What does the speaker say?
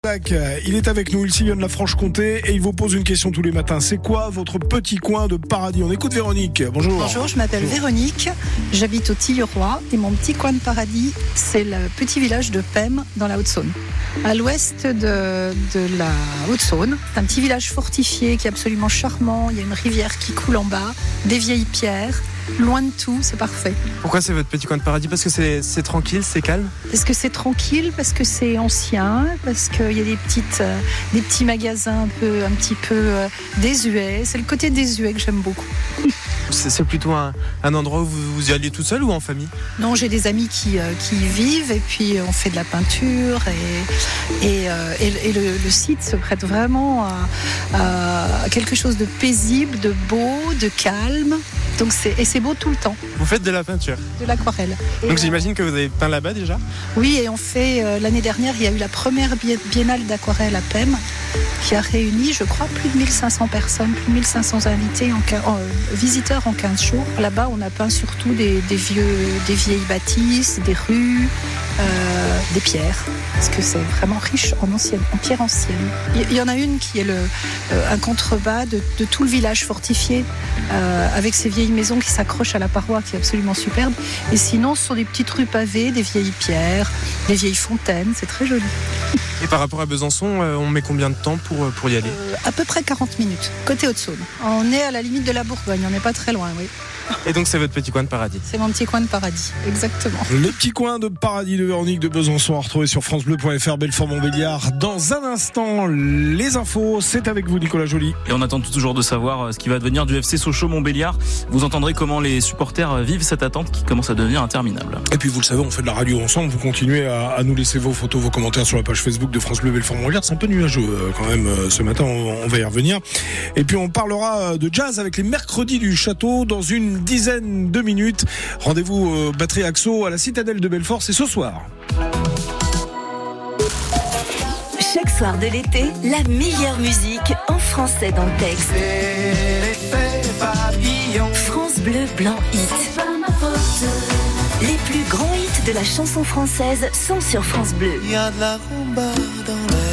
Il est avec nous, il sillonne la Franche-Comté et il vous pose une question tous les matins. C'est quoi votre petit coin de paradis? On écoute Véronique. Bonjour. Bonjour, je m'appelle Véronique, j'habite au Tilleroy et mon petit coin de paradis, c'est le petit village de Pem dans la Haute-Saône. À l'ouest de la Haute-Saône, c'est un petit village fortifié qui est absolument charmant. Il y a une rivière qui coule en bas, des vieilles pierres. Loin de tout, c'est parfait. Pourquoi c'est votre petit coin de paradis? Parce que c'est tranquille, c'est calme? Parce que c'est tranquille, parce que c'est ancien, parce qu'il y a des petits magasins un petit peu désuets. C'est le côté désuet que j'aime beaucoup. C'est plutôt un endroit où vous y alliez tout seul ou en famille? Non, j'ai des amis qui y vivent et puis on fait de la peinture et le site se prête vraiment à quelque chose de paisible, de beau, de calme. Donc c'est beau tout le temps. Vous faites de la peinture? De l'aquarelle. Donc j'imagine que vous avez peint là-bas déjà? Oui, et on fait, l'année dernière, il y a eu la première biennale d'aquarelle à Pem qui a réuni, je crois, plus de 1500 personnes, plus de 1500 invités, visiteurs en 15 jours. Là-bas, on a peint surtout des vieilles bâtisses, des rues, des pierres, parce que c'est vraiment riche en pierres anciennes. Il y en a une qui est un contrebas de tout le village fortifié, avec ces vieilles maisons qui s'accrochent à la paroi, qui est absolument superbe. Et sinon, ce sont des petites rues pavées, des vieilles pierres, des vieilles fontaines, c'est très joli. Et par rapport à Besançon, on met combien de temps pour y aller? À peu près 40 minutes, côté Haute-Saône. On est à la limite de la Bourgogne, on n'est pas très loin, oui. Et donc c'est votre petit coin de paradis? C'est mon petit coin de paradis, exactement. Le petit coin de paradis de Véronique de Besançon à retrouver sur francebleu.fr, Belfort-Montbéliard. Dans un instant, les infos, c'est avec vous Nicolas Joly. Et on attend toujours de savoir ce qui va devenir du FC Sochaux-Montbéliard. Vous entendrez comment les supporters vivent cette attente qui commence à devenir interminable. Et puis vous le savez, on fait de la radio ensemble, vous continuez à nous laisser vos photos, vos commentaires sur la page Facebook de France Bleu Belfort-Montbéliard. C'est un peu nuageux quand même ce matin, on va y revenir. Et puis on parlera de jazz avec les mercredis du château dans une dizaine de minutes. Rendez-vous batterie Axo à la Citadelle de Belfort, c'est ce soir. Chaque soir de l'été, la meilleure musique en français dans le texte. France Bleu Blanc Hit. Les plus grands hits de la chanson française sont sur France Bleu. Il y a de la rumba dans l'air.